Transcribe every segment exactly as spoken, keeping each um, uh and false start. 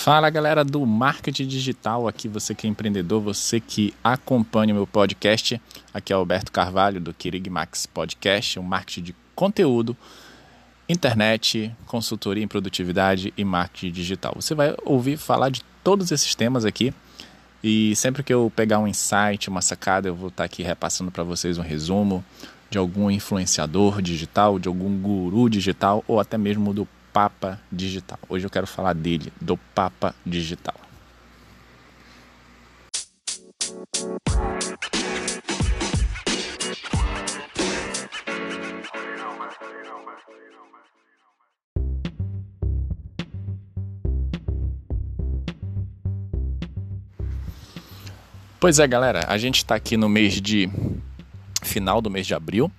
Fala galera do marketing digital, aqui você que é empreendedor, você que acompanha o meu podcast, aqui é o Alberto Carvalho do Querigmax Podcast, um marketing de conteúdo, internet, consultoria em produtividade e marketing digital. Você vai ouvir falar de todos esses temas aqui e sempre que eu pegar um insight, uma sacada, eu vou estar aqui repassando para vocês um resumo de algum influenciador digital, de algum guru digital ou até mesmo do Papa Digital. Hoje eu quero falar dele, do Papa Digital. Pois é, galera, a gente está aqui no mês de... final do mês de abril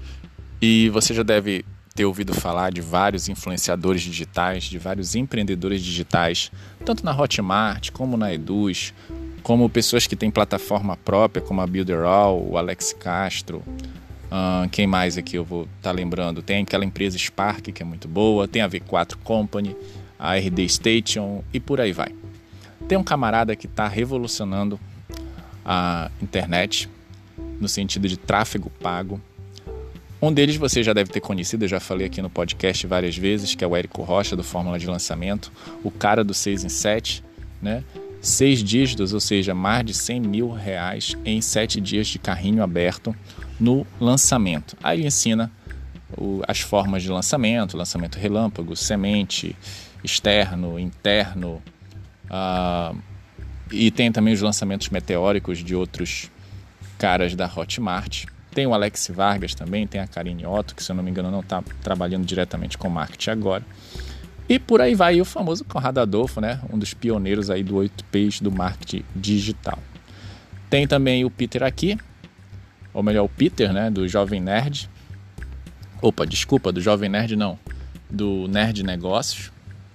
e você já deve ter ouvido falar de vários influenciadores digitais, de vários empreendedores digitais, tanto na Hotmart como na Eduz, como pessoas que têm plataforma própria, como a Builderall, o Alex Castro, hum, quem mais aqui eu vou estar tá lembrando? Tem aquela empresa Spark, que é muito boa, tem a V quatro Company, a R D Station e por aí vai. Tem um camarada que está revolucionando a internet no sentido de tráfego pago. Um deles você já deve ter conhecido, eu já falei aqui no podcast várias vezes, que é o Érico Rocha, do Fórmula de Lançamento, o cara do seis em sete, né? Seis dígitos, ou seja, mais de cem mil reais em sete dias de carrinho aberto no lançamento. Aí ele ensina o, as formas de lançamento, lançamento relâmpago, semente, externo, interno, uh, e tem também os lançamentos meteóricos de outros caras da Hotmart. Tem o Alex Vargas também, tem a Karine Otto, que se eu não me engano não está trabalhando diretamente com marketing agora. E por aí vai e o famoso Conrado Adolfo, né? Um dos pioneiros aí do oito P's do marketing digital. Tem também o Peter aqui, ou melhor, o Peter, né? Do Jovem Nerd. Opa, desculpa, do Jovem Nerd não, do Nerd Negócios.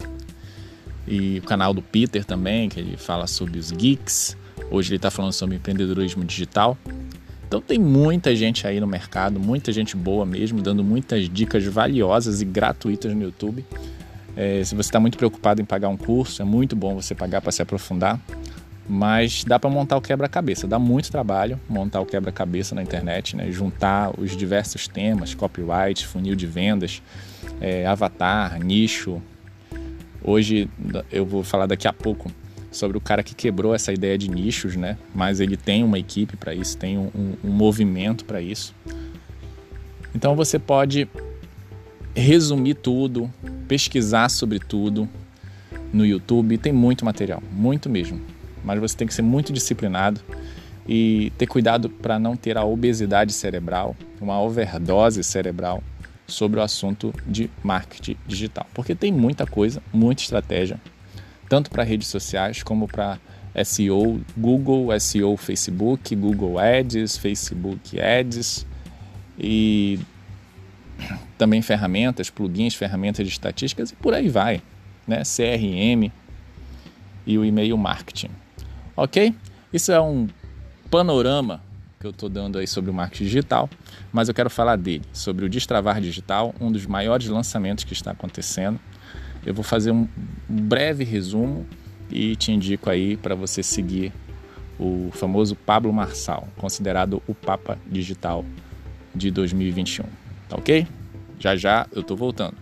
E o canal do Peter também, que ele fala sobre os geeks. Hoje ele está falando sobre empreendedorismo digital. Então tem muita gente aí no mercado, muita gente boa mesmo, dando muitas dicas valiosas e gratuitas no YouTube. É, se você está muito preocupado em pagar um curso, é muito bom você pagar para se aprofundar, mas dá para montar o quebra-cabeça. Dá muito trabalho montar o quebra-cabeça na internet, né? Juntar os diversos temas, copyright, funil de vendas, é, avatar, nicho. Hoje eu vou falar daqui a pouco sobre o cara que quebrou essa ideia de nichos, né? Mas ele tem uma equipe para isso, tem um, um, um movimento para isso. Então você pode resumir tudo, pesquisar sobre tudo no YouTube, tem muito material, muito mesmo. Mas você tem que ser muito disciplinado e ter cuidado para não ter a obesidade cerebral, uma overdose cerebral sobre o assunto de marketing digital. Porque tem muita coisa, muita estratégia, tanto para redes sociais como para S E O, Google, S E O Facebook, Google Ads, Facebook Ads e também ferramentas, plugins, ferramentas de estatísticas e por aí vai, né? C R M e o e-mail marketing. Ok? Isso é um panorama que eu estou dando aí sobre o marketing digital, mas eu quero falar dele, sobre o Destravar Digital, um dos maiores lançamentos que está acontecendo. Eu vou fazer um breve resumo e te indico aí para você seguir o famoso Pablo Marçal, considerado o Papa Digital de dois mil e vinte e um. Tá ok? Já já eu tô voltando.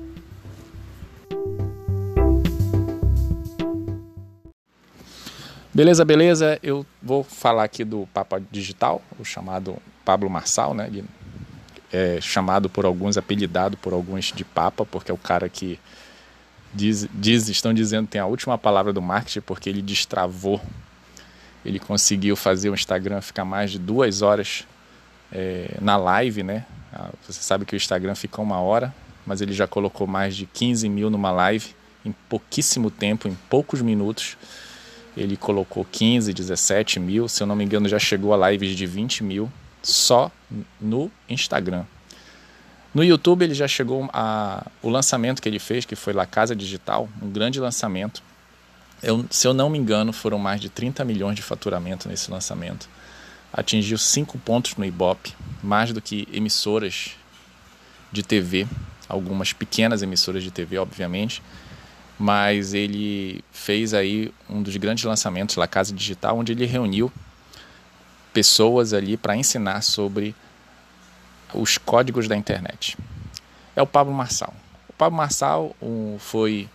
Beleza, beleza. Eu vou falar aqui do Papa Digital, o chamado Pablo Marçal, né? Ele é chamado por alguns, apelidado por alguns de Papa, porque é o cara que Diz, diz, estão dizendo que tem a última palavra do marketing porque ele destravou, ele conseguiu fazer o Instagram ficar mais de duas horas é, na live, né? Você sabe que o Instagram fica uma hora, mas ele já colocou mais de quinze mil numa live em pouquíssimo tempo, em poucos minutos. Ele colocou quinze, dezessete mil, se eu não me engano já chegou a lives de vinte mil só no Instagram. No YouTube ele já chegou a... o lançamento que ele fez, que foi La Casa Digital, um grande lançamento. Eu, se eu não me engano, foram mais de trinta milhões de faturamento nesse lançamento. Atingiu cinco pontos no Ibope, mais do que emissoras de T V, algumas pequenas emissoras de T V, obviamente. mas ele fez aí um dos grandes lançamentos lá, Casa Digital, onde ele reuniu pessoas ali para ensinar sobre os códigos da internet. É o Pablo Marçal. O Pablo Marçal um, foi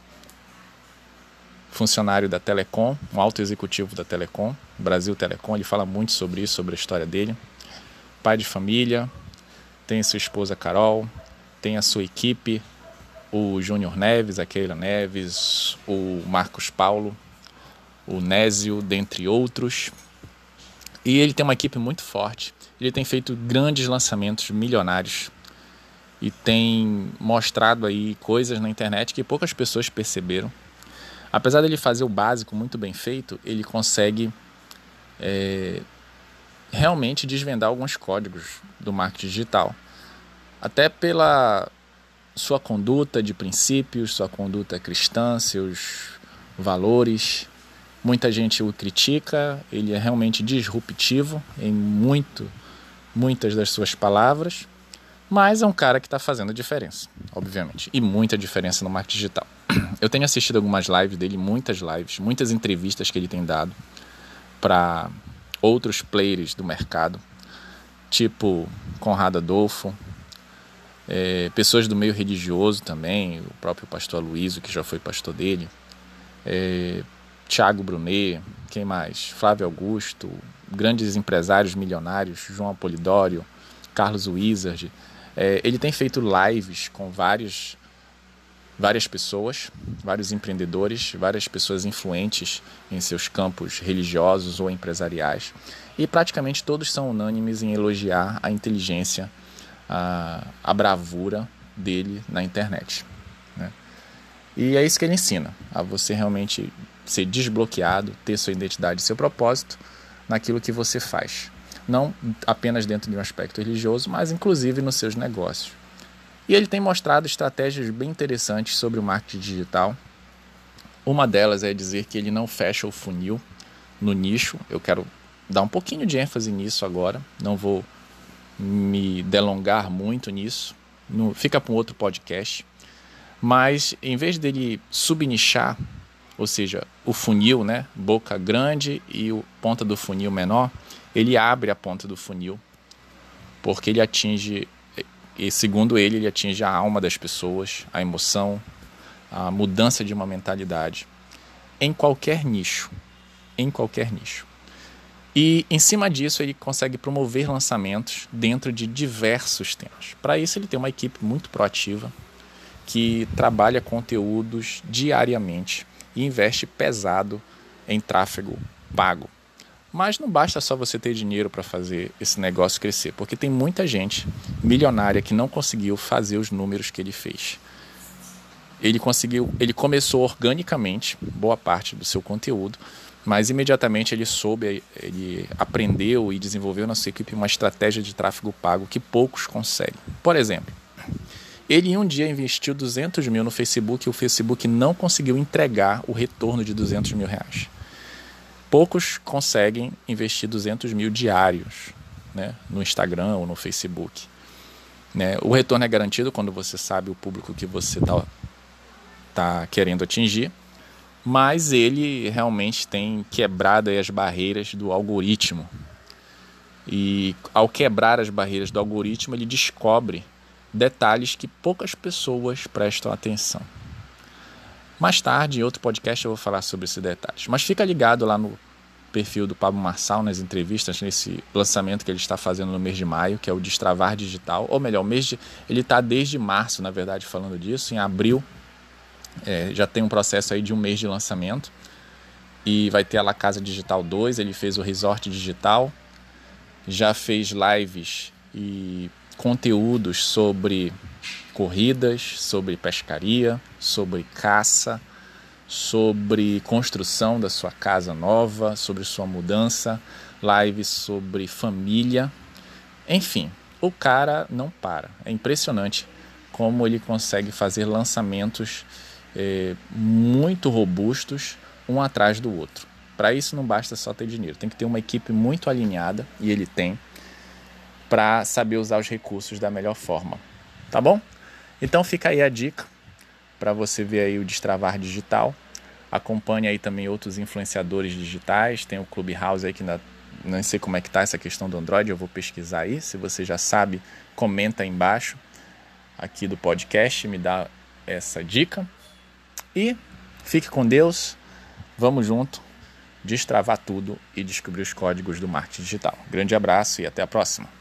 funcionário da Telecom, um alto executivo da Telecom, Brasil Telecom. Ele fala muito sobre isso, sobre a história dele. Pai de família, tem sua esposa Carol, tem a sua equipe, o Júnior Neves, a Keila Neves, o Marcos Paulo, o Nésio, dentre outros. E ele tem uma equipe muito forte. Ele tem feito grandes lançamentos milionários e tem mostrado aí coisas na internet que poucas pessoas perceberam. Apesar dele fazer o básico muito bem feito, ele consegue é, realmente desvendar alguns códigos do marketing digital. Até pela sua conduta de princípios, sua conduta cristã, seus valores. Muita gente o critica, ele é realmente disruptivo em muito, muitas das suas palavras, mas é um cara que está fazendo diferença, obviamente, e muita diferença no marketing digital. Eu tenho assistido algumas lives dele, muitas lives, muitas entrevistas que ele tem dado para outros players do mercado, tipo Conrado Adolfo, é, pessoas do meio religioso também, o próprio pastor Aloysio, que já foi pastor dele, é, Thiago Brunet, quem mais? Flávio Augusto, grandes empresários milionários, João Apolidório, Carlos Wizard. É, ele tem feito lives com vários, várias pessoas, vários empreendedores, várias pessoas influentes em seus campos religiosos ou empresariais. E praticamente todos são unânimes em elogiar a inteligência, a, a bravura dele na internet, né? E é isso que ele ensina, a você realmente ser desbloqueado, ter sua identidade e seu propósito naquilo que você faz. Não apenas dentro de um aspecto religioso, mas inclusive nos seus negócios. E ele tem mostrado estratégias bem interessantes sobre o marketing digital. Uma delas é dizer que ele não fecha o funil no nicho. Eu quero dar um pouquinho de ênfase nisso agora. Não vou me delongar muito nisso. No, fica para um outro podcast. Mas em vez dele subnichar, ou seja, o funil, né, boca grande e a ponta do funil menor, ele abre a ponta do funil, porque ele atinge, e segundo ele, ele atinge a alma das pessoas, a emoção, a mudança de uma mentalidade, em qualquer nicho, em qualquer nicho. E em cima disso ele consegue promover lançamentos dentro de diversos temas. Para isso ele tem uma equipe muito proativa, que trabalha conteúdos diariamente e investe pesado em tráfego pago. Mas não basta só você ter dinheiro para fazer esse negócio crescer, porque tem muita gente milionária que não conseguiu fazer os números que ele fez. Ele conseguiu, ele começou organicamente, boa parte do seu conteúdo, mas imediatamente ele soube, ele aprendeu e desenvolveu na sua equipe uma estratégia de tráfego pago que poucos conseguem. Por exemplo, ele em um dia investiu duzentos mil no Facebook e o Facebook não conseguiu entregar o retorno de duzentos mil reais. Poucos conseguem investir duzentos mil diários, né, no Instagram ou no Facebook. Né? O retorno é garantido quando você sabe o público que você está tá querendo atingir, mas ele realmente tem quebrado aí as barreiras do algoritmo. E ao quebrar as barreiras do algoritmo, ele descobre detalhes que poucas pessoas prestam atenção. Mais tarde, em outro podcast, eu vou falar sobre esses detalhes. Mas fica ligado lá no perfil do Pablo Marçal, nas entrevistas, nesse lançamento que ele está fazendo no mês de maio, que é o Destravar Digital. Ou melhor, o mês de, ele está desde março, na verdade, falando disso. Em abril, é, já tem um processo aí de um mês de lançamento. E vai ter a La Casa Digital dois, ele fez o Resort Digital, já fez lives e conteúdos sobre corridas, sobre pescaria, sobre caça, sobre construção da sua casa nova, sobre sua mudança, lives sobre família. Enfim, o cara não para. É impressionante como ele consegue fazer lançamentos é, muito robustos, um atrás do outro. Para isso não basta só ter dinheiro, tem que ter uma equipe muito alinhada, e ele tem, para saber usar os recursos da melhor forma. Tá bom? Então fica aí a dica. para você ver aí o Destravar Digital. Acompanhe aí também outros influenciadores digitais. Tem o Clubhouse aí que ainda não sei como é que tá essa questão do Android, eu vou pesquisar aí. Se você já sabe, comenta aí embaixo aqui do podcast, me dá essa dica. E fique com Deus, vamos junto, destravar tudo e descobrir os códigos do marketing digital. Grande abraço e até a próxima.